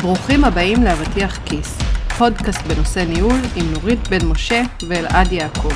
ברוכים הבאים לאבטיח כיס, פודקאסט בנושא ניהול עם נורית בן משה ואלעד יעקב.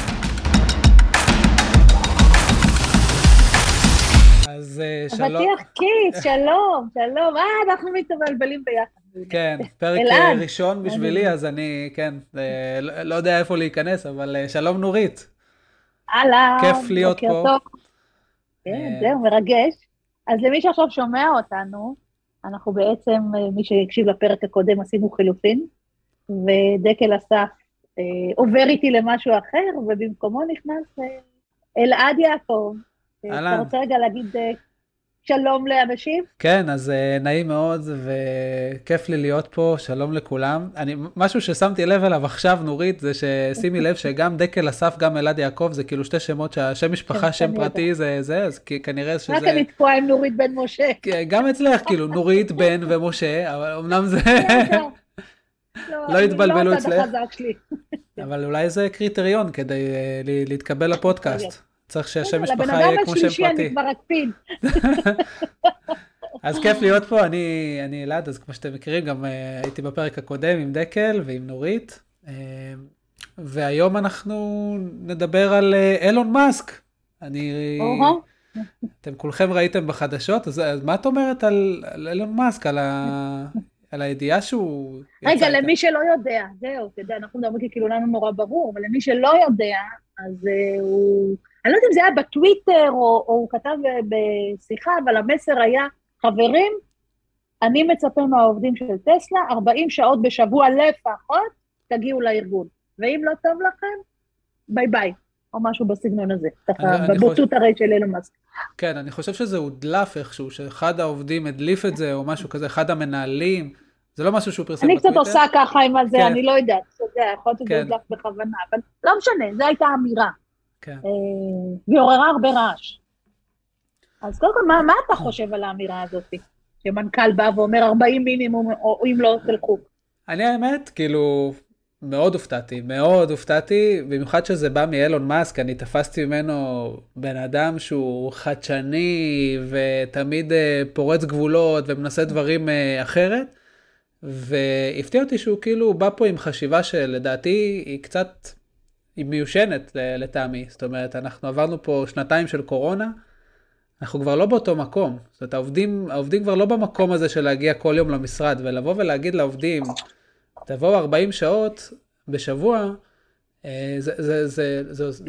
אז שלום. אבטיח כיס, שלום, שלום. אנחנו מתבלבלים ביחד. כן, פרק אלעד. ראשון בשבילי, אז אני, כן, לא יודע איפה להיכנס, אבל שלום נורית. אהלן, כיף להיות בוקר פה. טוב. כן, זהו, מרגש. אז למי שעכשיו שומע אותנו, אנחנו בעצם, מי שהקשיב לפרק הקודם, עשינו חילופין, ודקל אסף עובר איתי למשהו אחר, ובמקומו נכנס אלעד יעקב. אהלן. אתה רוצה רגע להגיד שלום לאנשים? כן, אז נעים מאוד וכיף לי להיות פה, שלום לכולם. משהו ששמתי לב אליו עכשיו, נורית, זה ששימי לב שגם דקל אסף, גם אלעד יעקב, זה כאילו שתי שמות שהשם משפחה, שם פרטי זה, אז כנראה שזה... רק אני תקועה עם נורית בן משה. גם אצלך, כאילו, נורית בן ומשה, אבל אמנם זה... לא התבלבלו אצלך. אבל אולי זה קריטריון כדי להתקבל לפודקאסט. צריך שהשם משפחה יהיה כמו שם פרטי. אני כבר אקפיד. אז כיף להיות פה, אני אלעד, אז כמו שאתם מכירים, גם הייתי בפרק הקודם עם דקל ועם נורית, והיום אנחנו נדבר על אילון מאסק. אתם כולכם ראיתם בחדשות, אז מה את אומרת על אילון מאסק, על הידיעה שהוא... רגע, למי שלא יודע, זהו, תדע, אנחנו מדברים כאילו לנו נורא ברור, אבל למי שלא יודע, אז הוא... אני לא יודעת אם זה היה בטוויטר, או הוא כתב בשיחה, אבל המסר היה, חברים, אני מצפה מהעובדים של טסלה, 40 שעות בשבוע לפחות, תגיעו לארגון. ואם לא טוב לכם, ביי ביי, או משהו בסגנון הזה. ככה, בבוטות הרי של אילון מאסק. כן, אני חושב שזה הודלף איכשהו, שאחד העובדים הדליף את זה, או משהו כזה, אחד המנהלים, זה לא משהו שהוא פרסם בטוויטר. אני בטוויטר. קצת עושה ככה עם הזה, כן. אני לא יודעת, אתה יודע, יכול להיות שזה הודלף בכוונה, אבל לא משנה, זו הייתה אמירה. כן. והיא עוררה הרבה רעש. אז קודם כל, מה אתה חושב על האמירה הזאת? שמנכ"ל בא ואומר 40 מינימום, או אם לא תלכו. אני האמת, כאילו, מאוד הופתעתי, במיוחד שזה בא מאילון מאסק, אני תפסתי ממנו בן אדם שהוא חדשני, ותמיד פורץ גבולות, ומנסה דברים אחרת, והפתיע אותי שהוא כאילו בא פה עם חשיבה שלדעתי היא קצת... היא מיושנת לטעמי, זאת אומרת, אנחנו עברנו פה שנתיים של קורונה, אנחנו כבר לא באותו מקום, זאת אומרת, העובדים כבר לא במקום הזה של להגיע כל יום למשרד, ולבוא ולהגיד לעובדים, תבואו 40 שעות בשבוע, זה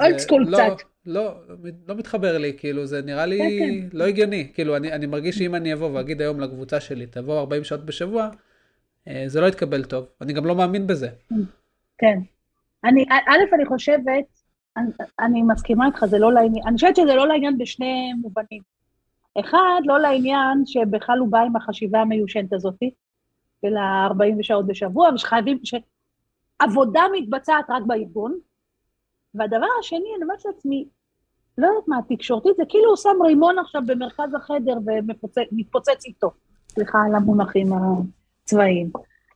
לא מתחבר לי, כאילו, זה נראה לי לא הגיוני, כאילו, אני מרגיש שאם אני אבוא ואגיד היום לקבוצה שלי, תבואו 40 שעות בשבוע, זה לא יתקבל טוב, אני גם לא מאמין בזה. כן. אני חושבת, אני מסכימה איתך, זה לא לעניין, אני חושבת שזה לא לעניין בשני מובנים. אחד, לא לעניין שבכלל הוא בא עם החשיבה המיושנת הזאת, של 40 שעות בשבוע, ושחייבים, שעבודה מתבצעת רק בארגון, והדבר השני, אני אומרת לעצמי, לא יודעת מה, התקשורתית, זה כאילו הוא שם רימון עכשיו במרכז החדר, ומתפוצץ איתו, סליחה על המונחים הצבאיים.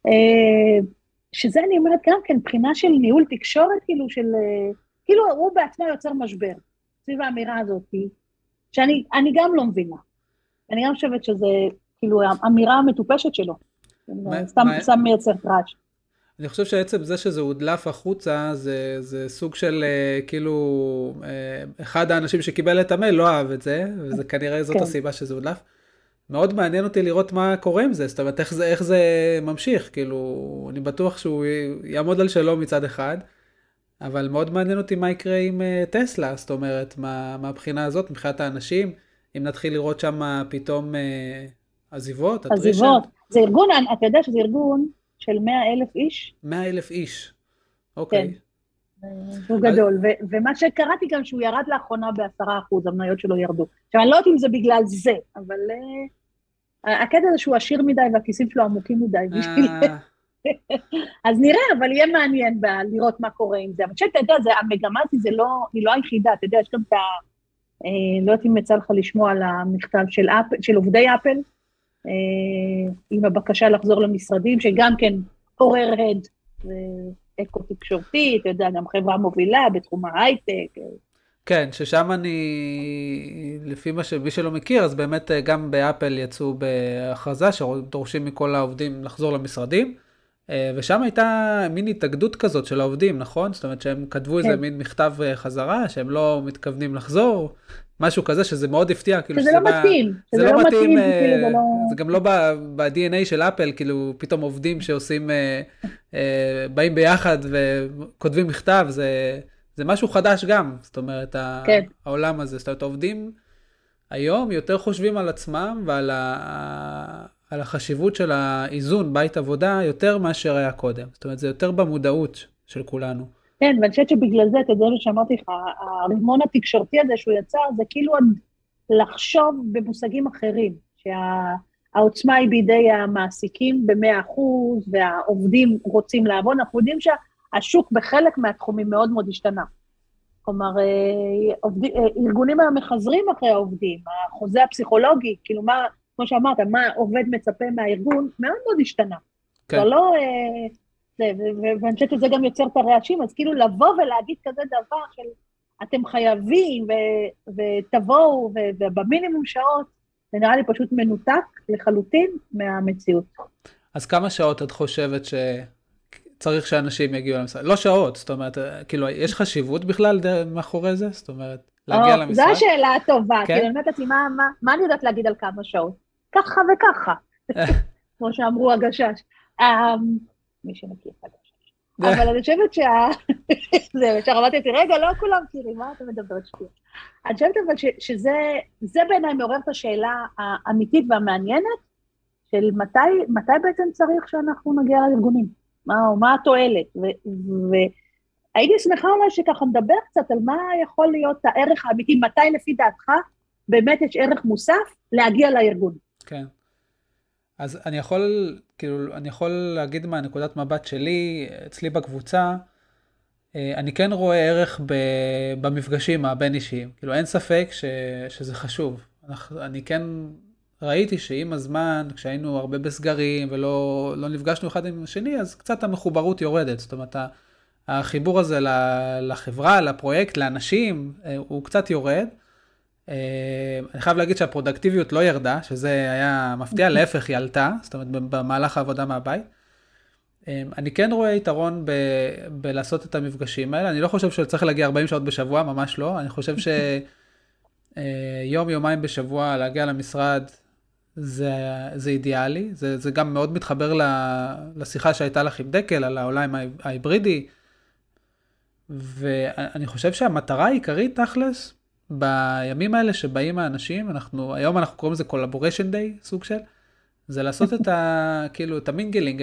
שזה אני אומרת גם כן, בחינה של ניהול תקשורת, כאילו הוא בעצמו יוצר משבר, סביב האמירה הזאת, שאני גם לא מבינה. אני גם חושבת שזה, כאילו, האמירה המטופשת שלו, סתם מייצר רעש. אני חושב שעצם זה שזה הודלף החוצה, זה סוג של, כאילו, אחד האנשים שקיבל את המייל לא אהב את זה, וזה כנראה זאת הסיבה שזה הודלף. מאוד מעניין אותי לראות מה קורה עם זה, זאת אומרת, איך זה ממשיך, כאילו, אני בטוח שהוא יעמוד על שלו מצד אחד, אבל מאוד מעניין אותי מה יקרה עם טסלה, זאת אומרת, מהבחינה הזאת, מבחינת האנשים, אם נתחיל לראות שם פתאום עזיבות, עזיבות, זה ארגון, אתה יודע שזה ארגון של 100,000 איש? 100,000 איש, אוקיי. כן, הוא גדול, ומה שקראתי גם שהוא ירד לאחרונה ב10%, המניות שלו ירדו. עכשיו, אני לא יודעת אם זה בגלל זה, אבל... הקטע זה שהוא עשיר מדי והכיסים שלו עמוקים מדי בשביל... אז נראה, אבל יהיה מעניין לראות מה קורה עם זה. אבל שאתה יודע, המגמה הזאת היא לא היחידה, אתה יודע, יש גם את ה... לא יודעת אם יצא לך לשמוע על המכתב של עובדי אפל, עם הבקשה לחזור למשרדים, שגם כן עורר הד אקו תקשורתי, אתה יודע, גם חברה מובילה בתחום ההייטק. כן, ששם אני, לפי מי שלא מכיר, אז באמת גם באפל יצאו בהכרזה שדורשים מכל העובדים לחזור למשרדים, ושם הייתה מין התאגדות כזאת של העובדים, נכון? זאת אומרת שהם כתבו איזה מין מכתב חזרה, שהם לא מתכוונים לחזור, משהו כזה שזה מאוד הפתיע, כאילו שזה לא מתאים, זה לא מתאים, זה גם לא ב-DNA של אפל, כאילו פתאום עובדים שעושים, באים ביחד וכותבים מכתב, זה משהו חדש גם, זאת אומרת, העולם הזה, זאת אומרת, העובדים היום יותר חושבים על עצמם ועל על החשיבות של האיזון בית עבודה יותר מאשר היה קודם. זאת אומרת, זה יותר במודעות של כולנו. כן, ואני חושבת שבגלל זה, אתה יודע שאמרתי לך, הרימון התקשורתי הזה שהוא יצר, זה כאילו לחשוב במושגים אחרים, שהעוצמה היא בידי המעסיקים ב100%, והעובדים רוצים לעבוד, אנחנו יודעים שהשוק בחלק מהתחומים מאוד מאוד השתנה. כלומר, ארגונים היום מחזרים אחרי העובדים, החוזה הפסיכולוגי, כאילו מה, כמו שאמרת, מה עובד מצפה מהארגון, מאוד מאוד השתנה. כן. לא, ואני חושבת שזה גם יוצר את הרעשים, אז כאילו לבוא ולהגיד כזה דבר של אתם חייבים ותבואו ובמינימום שעות, זה נראה לי פשוט מנותק לחלוטין מהמציאות. אז כמה שעות את חושבת שצריך שאנשים יגיעו למשרד? לא שעות, זאת אומרת, כאילו, יש חשיבות בכלל מאחורי זה? זאת אומרת, להגיע למשרד? זו השאלה הטובה, כאילו, אני אומרת, מה אני יודעת להגיד על כמה שעות? ככה וככה, כמו שאמרו הגשש. מי שמכיר את הגשש. אבל אני חושבת זה, כשאמרתי, רגע, לא כולם מכירים, מה אתה מדברת שטויות? אני חושבת אבל שזה בעיניי מעורר את השאלה האמיתית והמעניינת, של מתי בעצם צריך שאנחנו נגיע לארגונים? מה התועלת? והייתי שמחה אולי שככה נדבר קצת על מה יכול להיות הערך האמיתי, מתי לפי דעתך באמת יש ערך מוסף להגיע לארגון. כן. אז אני יכול להגיד מהנקודת מבט שלי, אצלי בקבוצה, אני כן רואה ערך במפגשים הבין אישיים. כאילו אין ספק שזה חשוב. אני כן ראיתי שעם הזמן, כשהיינו הרבה בסגרים ולא נפגשנו אחד עם השני, אז קצת המחוברות יורדת. זאת אומרת, החיבור הזה לחברה, לפרויקט, לאנשים, הוא קצת יורד. אני חייב להגיד שהפרודקטיביות לא ירדה, שזה היה מפתיע, להפך היא עלתה, זאת אומרת במהלך העבודה מהבית. אני כן רואה יתרון בלעשות את המפגשים האלה, אני לא חושב שצריך להגיע 40 שעות בשבוע, ממש לא, אני חושב שיום, יומיים בשבוע להגיע למשרד זה אידיאלי, זה גם מאוד מתחבר לשיחה שהייתה לך עם דקל, על העולם ההיברידי, ואני חושב שהמטרה העיקרית תכלס, בימים האלה שבאים האנשים, היום אנחנו קוראים לזה collaboration day, סוג של, זה לעשות כאילו, את המינגלינג,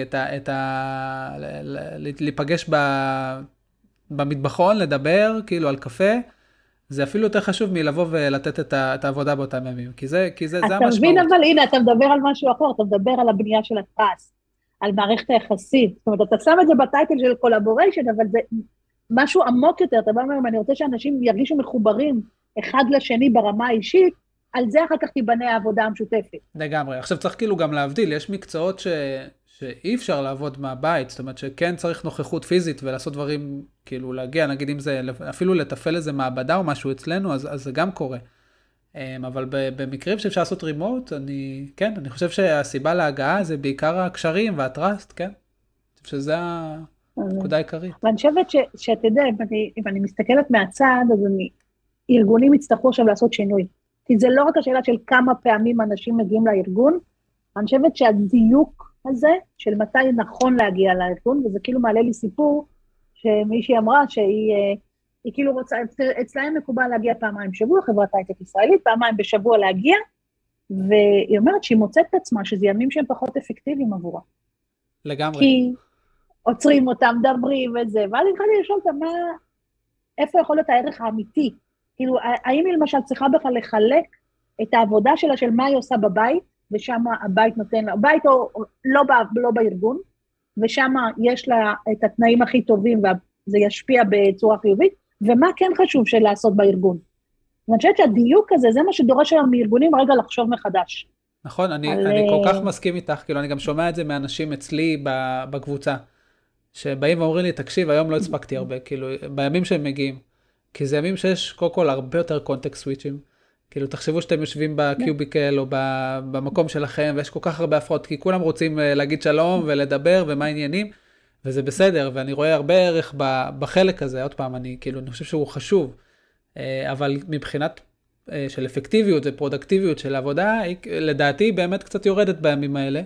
להיפגש במטבחון, לדבר, כאילו, על קפה, זה אפילו יותר חשוב מלבוא ולתת את העבודה באותם ימים, כי זה המשמעות. אתה מבין, אבל הנה, אתה מדבר על משהו אחר, אתה מדבר על הבנייה של הטרס, על מערכת היחסים, זאת אומרת, אתה שם את זה בטייטל של collaboration, אבל זה משהו עמוק יותר, אתה אומר, אני רוצה שאנשים ירגישו מחוברים, אחד לשני ברמה האישית, על זה אחר כך תיבנה העבודה המשותפת. לגמרי. עכשיו צריך כאילו גם להבדיל, יש מקצועות שאי אפשר לעבוד מהבית, זאת אומרת שכן צריך נוכחות פיזית ולעשות דברים, כאילו להגיע, נגיד אם זה, אפילו לטפל איזה מעבדה או משהו אצלנו, אז זה גם קורה. אבל במקרים שאפשר לעשות רימוט, אני חושב שהסיבה להגעה זה בעיקר הקשרים והטרסט, כן? שזה הנקודה העיקרית. ואני חושבת שאתה יודע, אם אני מסתכלת מהצד, אז ארגונים יצטרכו עכשיו לעשות שינוי. כי זה לא רק השאלה של כמה פעמים אנשים מגיעים לארגון, אני חושבת שהדיוק הזה, של מתי נכון להגיע לארגון, וזה כאילו מעלה לי סיפור, שמישהי אמרה שהיא כאילו רוצה, אצלהם מקובל להגיע פעמיים בשבוע, חברת הייטק ישראלית, פעמיים בשבוע להגיע, והיא אומרת שהיא מוצאת את עצמה, שזה ימים שהם פחות אפקטיביים עבורה. לגמרי. כי עוצרים אותם, דברים וזה, ואז התחלתי לשאול אותם, איפה יכול להיות הערך האמיתי? כאילו, האם היא למשל צריכה בכלל לחלק את העבודה שלה של מה היא עושה בבית, ושם הבית נותן לה, בית או לא בארגון, ושם יש לה את התנאים הכי טובים, וזה ישפיע בצורה חיובית, ומה כן חשוב של לעשות בארגון. ואני חושבת שהדיוק הזה, זה מה שדורש היום מארגונים רגע לחשוב מחדש. נכון, אני כל כך מסכים איתך, כאילו אני גם שומע את זה מאנשים אצלי בקבוצה, שבאים ואומרים לי, תקשיב, היום לא הצפקתי הרבה, כאילו, בימים שהם מגיעים, כי זה ימים שיש קודם כל הרבה יותר קונטקסט סוויצ'ים. כאילו, תחשבו שאתם יושבים בקיוביקל או במקום שלכם, ויש כל כך הרבה הפרעות, כי כולם רוצים להגיד שלום ולדבר ומה העניינים, וזה בסדר, ואני רואה הרבה ערך בחלק הזה, עוד פעם, אני חושב שהוא חשוב, אבל מבחינת של אפקטיביות ופרודקטיביות של העבודה, לדעתי באמת קצת יורדת בימים האלה,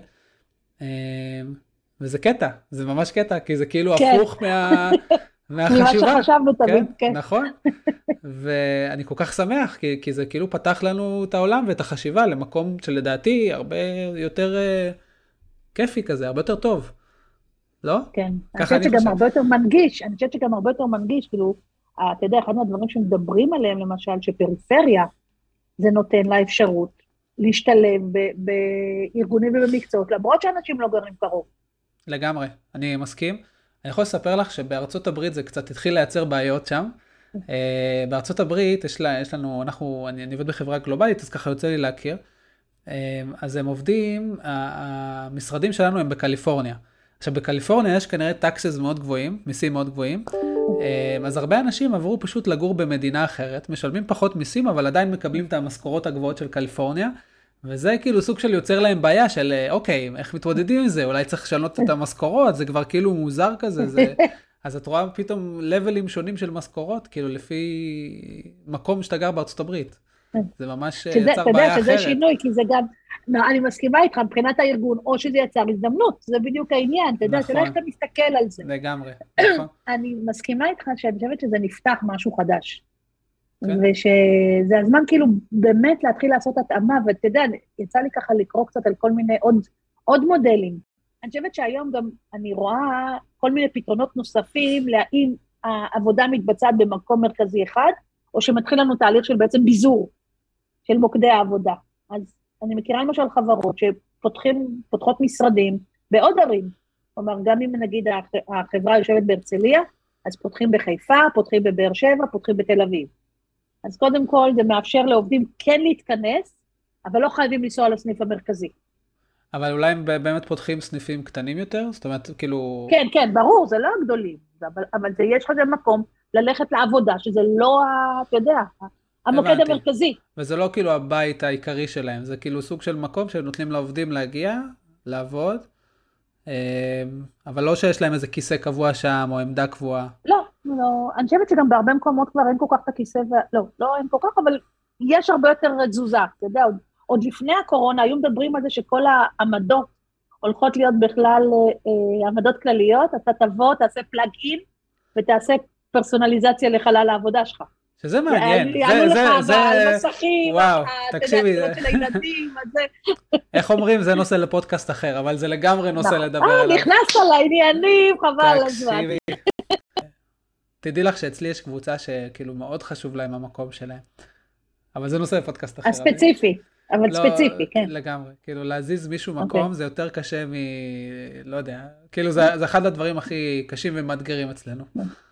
וזה קטע, זה ממש קטע, כי זה כאילו הפוך מהחשיבה. ממה שחשבנו תמיד, כן. נכון, ואני כל כך שמח, כי זה כאילו פתח לנו את העולם ואת החשיבה למקום שלדעתי הרבה יותר כיפי כזה, הרבה יותר טוב, לא? כן, אני חושבת שגם הרבה יותר מנגיש, כאילו, אתה יודע, אחד מהדברים שמדברים עליהם, למשל, שפריפריה, זה נותן לה אפשרות להשתלב בארגונים ובמקצועות, למרות שאנשים לא גרים קרוב. לגמרי, אני מסכים. אני יכול לספר לך שבארצות הברית זה קצת התחיל לייצר בעיות שם. בארצות הברית יש לנו, אני עובד בחברה גלובלית, אז ככה יוצא לי להכיר. אז הם עובדים, המשרדים שלנו הם בקליפורניה. עכשיו בקליפורניה יש כנראה טקסס מאוד גבוהים, מיסים מאוד גבוהים. אז הרבה אנשים עברו פשוט לגור במדינה אחרת, משלמים פחות מיסים, אבל עדיין מקבלים את המשכורות הגבוהות של קליפורניה. וזה כאילו סוג של יוצר להם בעיה של, אוקיי, איך מתמודדים עם זה? אולי צריך לשנות את המשכורות, זה כבר כאילו מוזר כזה, אז את רואה פתאום לבלים שונים של משכורות, כאילו לפי מקום שאתה גר בארצות הברית. זה ממש יצר בעיה אחרת. אתה יודע שזה שינוי, כי זה גם, אני מסכימה איתך, מבחינת הארגון, או שזה יצר הזדמנות, זה בדיוק העניין, אתה יודע, שלא איך אתה מסתכל על זה. לגמרי, נכון. אני מסכימה איתך שאני חושבת שזה נפתח משהו חדש. ושזה הזמן כאילו באמת להתחיל לעשות התאמה, ואתה יודע, יצא לי ככה לקרוא קצת על כל מיני עוד מודלים. אני חושבת שהיום גם אני רואה כל מיני פתרונות נוספים, להאם העבודה מתבצעת במקום מרכזי אחד, או שמתחיל לנו תהליך של בעצם ביזור של מוקדי העבודה. אז אני מכירה למשל חברות שפותחות משרדים בעוד ערים, כלומר גם אם נגיד החברה יושבת בהרצליה, אז פותחים בחיפה, פותחים בבאר שבע, פותחים בתל אביב. אז קודם כל זה מאפשר לעובדים כן להתכנס, אבל לא חייבים לנסוע לסניף המרכזי. אבל אולי הם באמת פותחים סניפים קטנים יותר? זאת אומרת, כאילו... כן, כן, ברור, זה לא גדולים, אבל יש לך גם מקום ללכת לעבודה, שזה לא, אתה יודע, המוקד המרכזי. וזה לא כאילו הבית העיקרי שלהם, זה כאילו סוג של מקום שהם נותנים לעובדים להגיע, לעבוד, אבל לא שיש להם איזה כיסא קבוע שם, או עמדה קבועה. לא, אני חושבת שגם בהרבה מקומות כבר אין כל כך את הכיסא, לא אין כל כך, אבל יש הרבה יותר תזוזה, אתה יודע, עוד לפני הקורונה היו מדברים על זה שכל העמדות הולכות להיות בכלל עמדות כלליות, אתה תבוא, תעשה פלאג אין, ותעשה פרסונליזציה לחלל העבודה שלך. שזה מעניין. יעלו לך במסכים, וואו, תקשיבי. של הילדים, איך אומרים? זה נושא לפודקאסט אחר, אבל זה לגמרי נושא לדבר עליו. נכנסת לעניינים, חבל הזמן. תדעי לך שאצלי יש קבוצה שכאילו מאוד חשוב להם המקום שלהם. אבל זה נושא לפודקאסט אחר. הספציפי, אבל ספציפי, כן. לגמרי. כאילו להזיז מישהו מקום זה יותר קשה לא יודע. כאילו זה אחד הדברים הכי קשים ומאתגרים אצלנו.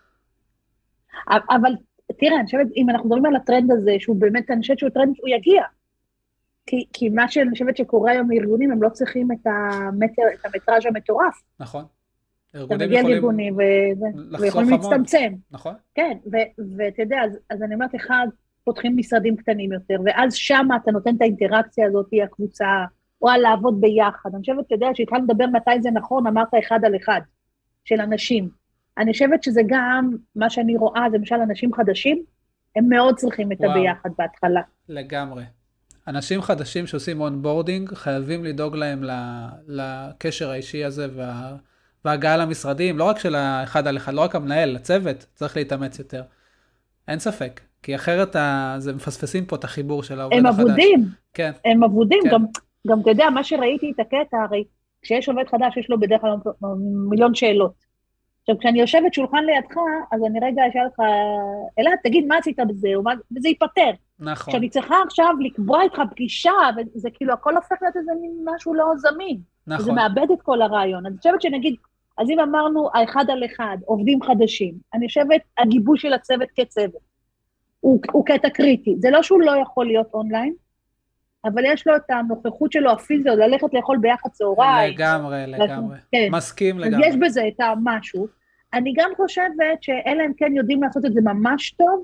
אבל תראה, אני חושבת, אם אנחנו מדברים על הטרנד הזה, שהוא באמת, אני חושבת שהוא טרנד, הוא יגיע. כי מה שאני חושבת שקורה היום לארגונים, הם לא צריכים את המטראז' המטורף. נכון. אתה מגיע לארגונים ויכולים להצטמצם. נכון. כן, ואתה יודע, אז אני אומרת, אחד, פותחים משרדים קטנים יותר, ואז שם אתה נותן את האינטראקציה הזאת, הקבוצה, או על לעבוד ביחד. אני חושבת, אתה יודע, שהתחלנו לדבר מתי זה נכון, אמרת אחד על אחד, של אנשים. אני חושבת שזה גם, מה שאני רואה, זה למשל אנשים חדשים, הם מאוד צריכים את הביחד בהתחלה. לגמרי. אנשים חדשים שעושים אונבורדינג, חייבים לדאוג להם לקשר האישי הזה, וההגעה למשרדים, לא רק של האחד על אחד, לא רק המנהל, הצוות, צריך להתאמץ יותר. אין ספק, כי אחרת זה מפספסים פה את החיבור של העובד החדש. הם עבודים, כן. הם עבודים, גם אתה יודע, מה שראיתי את הקטע, הרי כשיש עובד חדש, יש לו בדרך כלל מיליון שאלות. עכשיו, כשאני יושבת שולחן לידך, אז אני רגע אשאל אותך, אלעד, תגיד מה עשית בזה, וזה ייפטר. נכון. כשאני צריכה עכשיו לקבוע איתך פגישה, וזה כאילו, הכל הופך להיות איזה משהו לא זמין. נכון. זה מאבד את כל הרעיון. אני חושבת שנגיד, אז אם אמרנו, האחד על אחד, עובדים חדשים, אני חושבת, הגיבוש של הצוות כצוות, הוא קטע קריטי. זה לא שהוא לא יכול להיות אונליין, אבל יש לו את הנוכחות שלו הפיזיות, ללכת לאכול ביחד צהריים. לגמרי. כן. מסכים לגמרי. אז יש בזה את המשהו. אני גם חושבת שאלה הם כן יודעים לעשות את זה ממש טוב,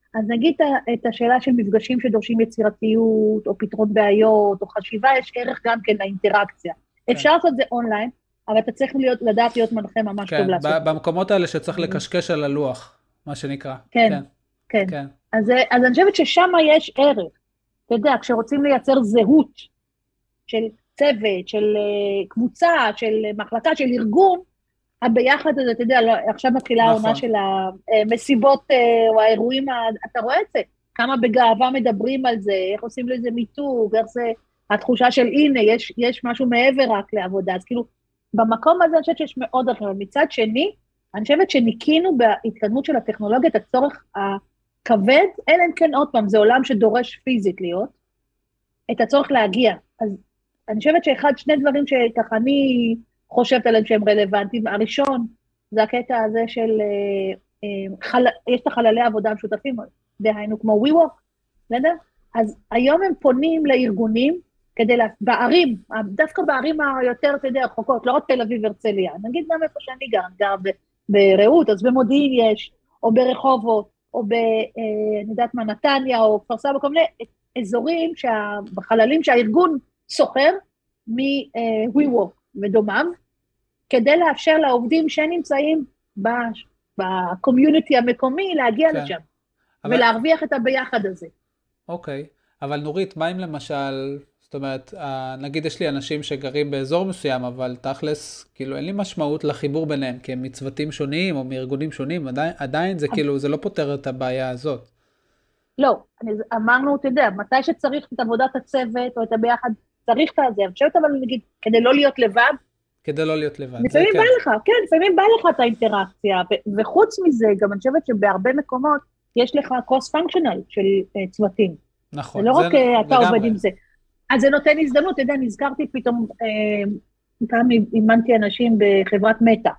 אז נגיד את השאלה של מפגשים שדורשים יצירתיות, או פתרון בעיות, או חשיבה, יש ערך גם כן לאינטראקציה. אפשר לעשות זה אונליין, אבל אתה צריך לדעת להיות מנחה ממש טוב לעשות. כן, במקומות האלה שצריך לקשקש על הלוח, מה שנקרא. כן, כן. אז אני חושבת ששם יש ערך. אתה יודע, כשרוצים לייצר זהות של צוות, של קבוצה, של מחלקה, של ארגון, הביחד הזה, אתה יודע, עכשיו מתחילה העונה של המסיבות או האירועים, אתה רואה את זה, כמה בגאווה מדברים על זה, איך עושים לזה מיתוג, איך זה, התחושה של הנה, יש משהו מעבר רק לעבודה, אז כאילו, במקום הזה אני חושבת שיש מאוד אחר, מצד שני, אני חושבת שניקינו בהתקדמות של הטכנולוגיה, את הצורך הכבד, אלא אם כן עוד פעם, זה עולם שדורש פיזית להיות, את הצורך להגיע, אז אני חושבת ששני דברים שככה אני חושבת עליהם שהם רלוונטיים, הראשון זה הקטע הזה של, יש את החללי עבודה המשותפים, דהיינו כמו WeWork, בסדר? אז היום הם פונים לארגונים, כדי בערים, דווקא בערים היותר, אתה יודע, רחוקות, לא רק תל אביב הרצליה, נגיד גם איפה שאני גר ברעות, אז במודיעין יש, או ברחובות, או אני יודעת מה, נתניה, או כפר סבא, כל מיני אזורים, בחללים שהארגון סוחר, מ-WeWork ודומיו, כדי לאפשר לעובדים שנמצאים בקומיוניטי המקומי, להגיע לשם, ולהרוויח את הביחד הזה. אוקיי, אבל נורית, מה אם למשל, זאת אומרת, נגיד יש לי אנשים שגרים באזור מסוים, אבל תכלס, כאילו אין לי משמעות לחיבור ביניהם, כי הם מצוותים שונים או מארגונים שונים, עדיין זה כאילו, זה לא פותר את הבעיה הזאת. לא, אמרנו, אתה יודע, מתי שצריך את עבודת הצוות או את הביחד, צריך את זה, אני חושבת אבל נגיד, כדי לא להיות לבד, כדי לא להיות לבד. לפעמים בא לך, כן, לפעמים בא לך את האינטראקציה, וחוץ מזה, גם אני חושבת שבהרבה מקומות, יש לך קרוס פונקשיונל של צוותים. נכון. זה לא רק אתה עובד עם זה. אז זה נותן הזדמנות, אתה יודע, נזכרתי פתאום, פעם אימנתי אנשים בחברת מטא,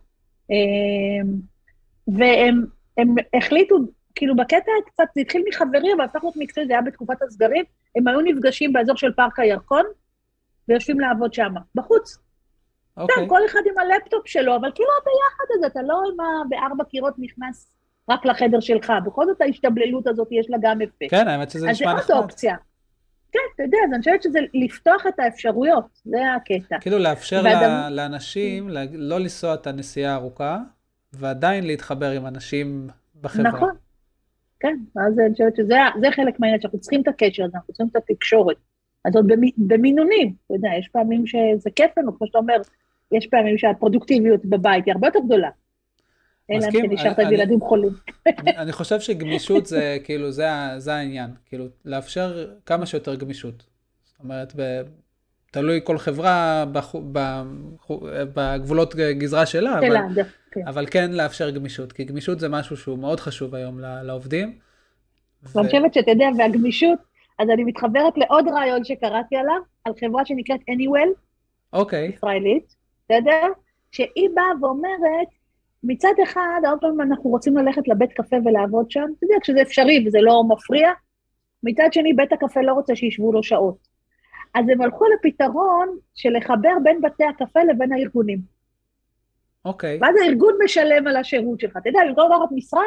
והם החליטו, כאילו בקטע קצת, זה התחיל מחברים, אבל הפך להיות מקצועי, זה היה בתקופת הסגרים, הם היו נפגשים באזור של פארק הירקון, ויושבים לעבוד שם, בחוץ. כן, כל אחד עם הלפטופ שלו, אבל כאילו ביחד הזה, אתה לא בארבע קירות נכנס רק לחדר שלך, בכל זאת ההשתבללות הזאת יש לה גם אפקט. כן, האמת שזה נשמע נחמד. אז זה עוד אופציה. כן, אתה יודע, אז אני חושבת שזה לפתוח את האפשרויות, זה הקטע. כאילו לאפשר לאנשים לא לנסוע את הנסיעה הארוכה, ועדיין להתחבר עם אנשים בחברה. נכון, כן, אז אני חושבת שזה חלק מהעניין, שאנחנו צריכים את הקשר הזה, אנחנו צריכים את התקשורת. אז עוד במינונים, אתה יודע, יש פעמים שזה כיף לנו, כמו שאתה אומר, יש פעמים שהפרודוקטיביות בבית היא הרבה יותר גדולה. אלא אם נשארת עם ילדים חולים. אני חושב שגמישות זה, כאילו, זה העניין, כאילו, לאפשר כמה שיותר גמישות. זאת אומרת, תלוי כל חברה בגבולות גזרה שלה, אבל כן לאפשר גמישות, כי גמישות זה משהו שהוא מאוד חשוב היום לעובדים. אני חושבת שאתה יודע, והגמישות, אז אני מתחברת לעוד רעיון שקראתי עליו, על חברה שנקראת Anywell, ישראלית, אתה יודע, שהיא באה ואומרת, מצד אחד, עוד פעם אנחנו רוצים ללכת לבית קפה ולעבוד שם, אתה יודע, כשזה אפשרי וזה לא מפריע, מצד שני, בית הקפה לא רוצה שישבו לו שעות. אז הם הלכו לפתרון של לחבר בין בתי הקפה לבין הארגונים. אוקיי. ואז הארגון משלם על השירות שלך. אתה יודע, במקום לקחת משרד,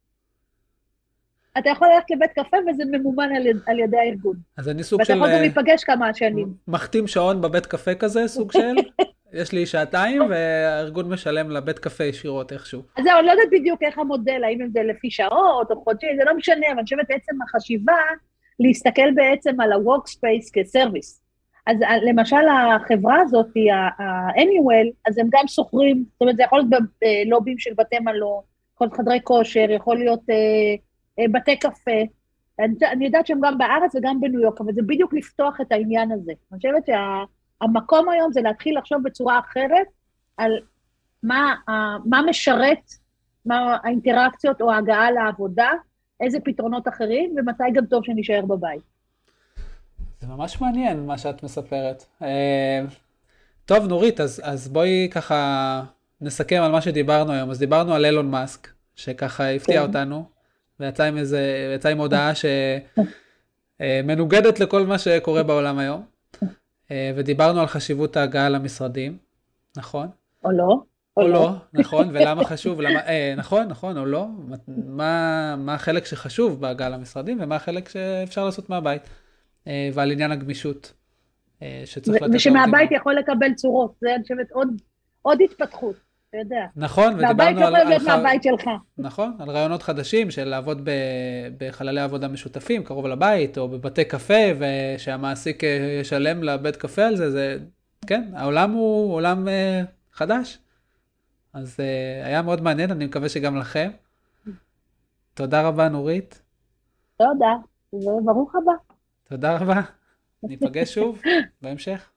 אתה יכול ללכת לבית קפה וזה ממומן על ידי הארגון. אז אני סוג של... ואתה יכול גם להיפגש כמה שנים. מחתים שעון בבית קפה כזה, סוג של... יש לי שעתיים והארגון משלם לבית קפה ישירות איכשהו. אז זהו, אני לא יודעת בדיוק איך המודל, האם זה לפי שעות או חודשי, זה לא משנה, אבל אני חושבת בעצם החשיבה להסתכל בעצם על ה-workspace כסרוויס. אז למשל החברה הזאת, ה-Anywell, אז הם גם סוחרים, זאת אומרת זה יכול להיות בלובים של בתי מלון, יכול להיות חדרי כושר, יכול להיות בתי קפה, אני יודעת שהם גם בארץ וגם בניו יורק, אבל זה בדיוק לפתוח את העניין הזה. אני חושבת שהמקום היום זה להתחיל לחשוב בצורה אחרת, על מה משרת, מה האינטראקציות או ההגעה לעבודה, איזה פתרונות אחרים, ומתי גם טוב שנשאר בבית. זה ממש מעניין מה שאת מספרת. טוב, נורית, אז בואי ככה נסכם על מה שדיברנו היום. אז דיברנו על אילון מאסק, שככה הפתיע אותנו, ויצא עם הודעה שמנוגדת לכל מה שקורה בעולם היום. ודיברנו על חשיבות ההגעה למשרדים, נכון? או לא. או לא, נכון, ולמה חשוב, נכון, או לא, מה החלק שחשוב בהגעה למשרדים, ומה החלק שאפשר לעשות מהבית, ועל עניין הגמישות, שצריך לתת ושמהבית יכול לקבל צורות, זה אני חושבת עוד התפתחות, אתה יודע. נכון, מהבית ודיברנו יכול להיות מהבית שלך. נכון, על רעיונות חדשים של לעבוד בחללי עבודה משותפים, קרוב לבית, או בבתי קפה, ושהמעסיק ישלם לבית קפה על זה, כן, העולם הוא עולם חדש. אז היה מאוד מעניין, אני מקווה שגם לכם. תודה רבה, נורית. תודה, וברוך הבא. תודה רבה. ניפגש שוב בהמשך.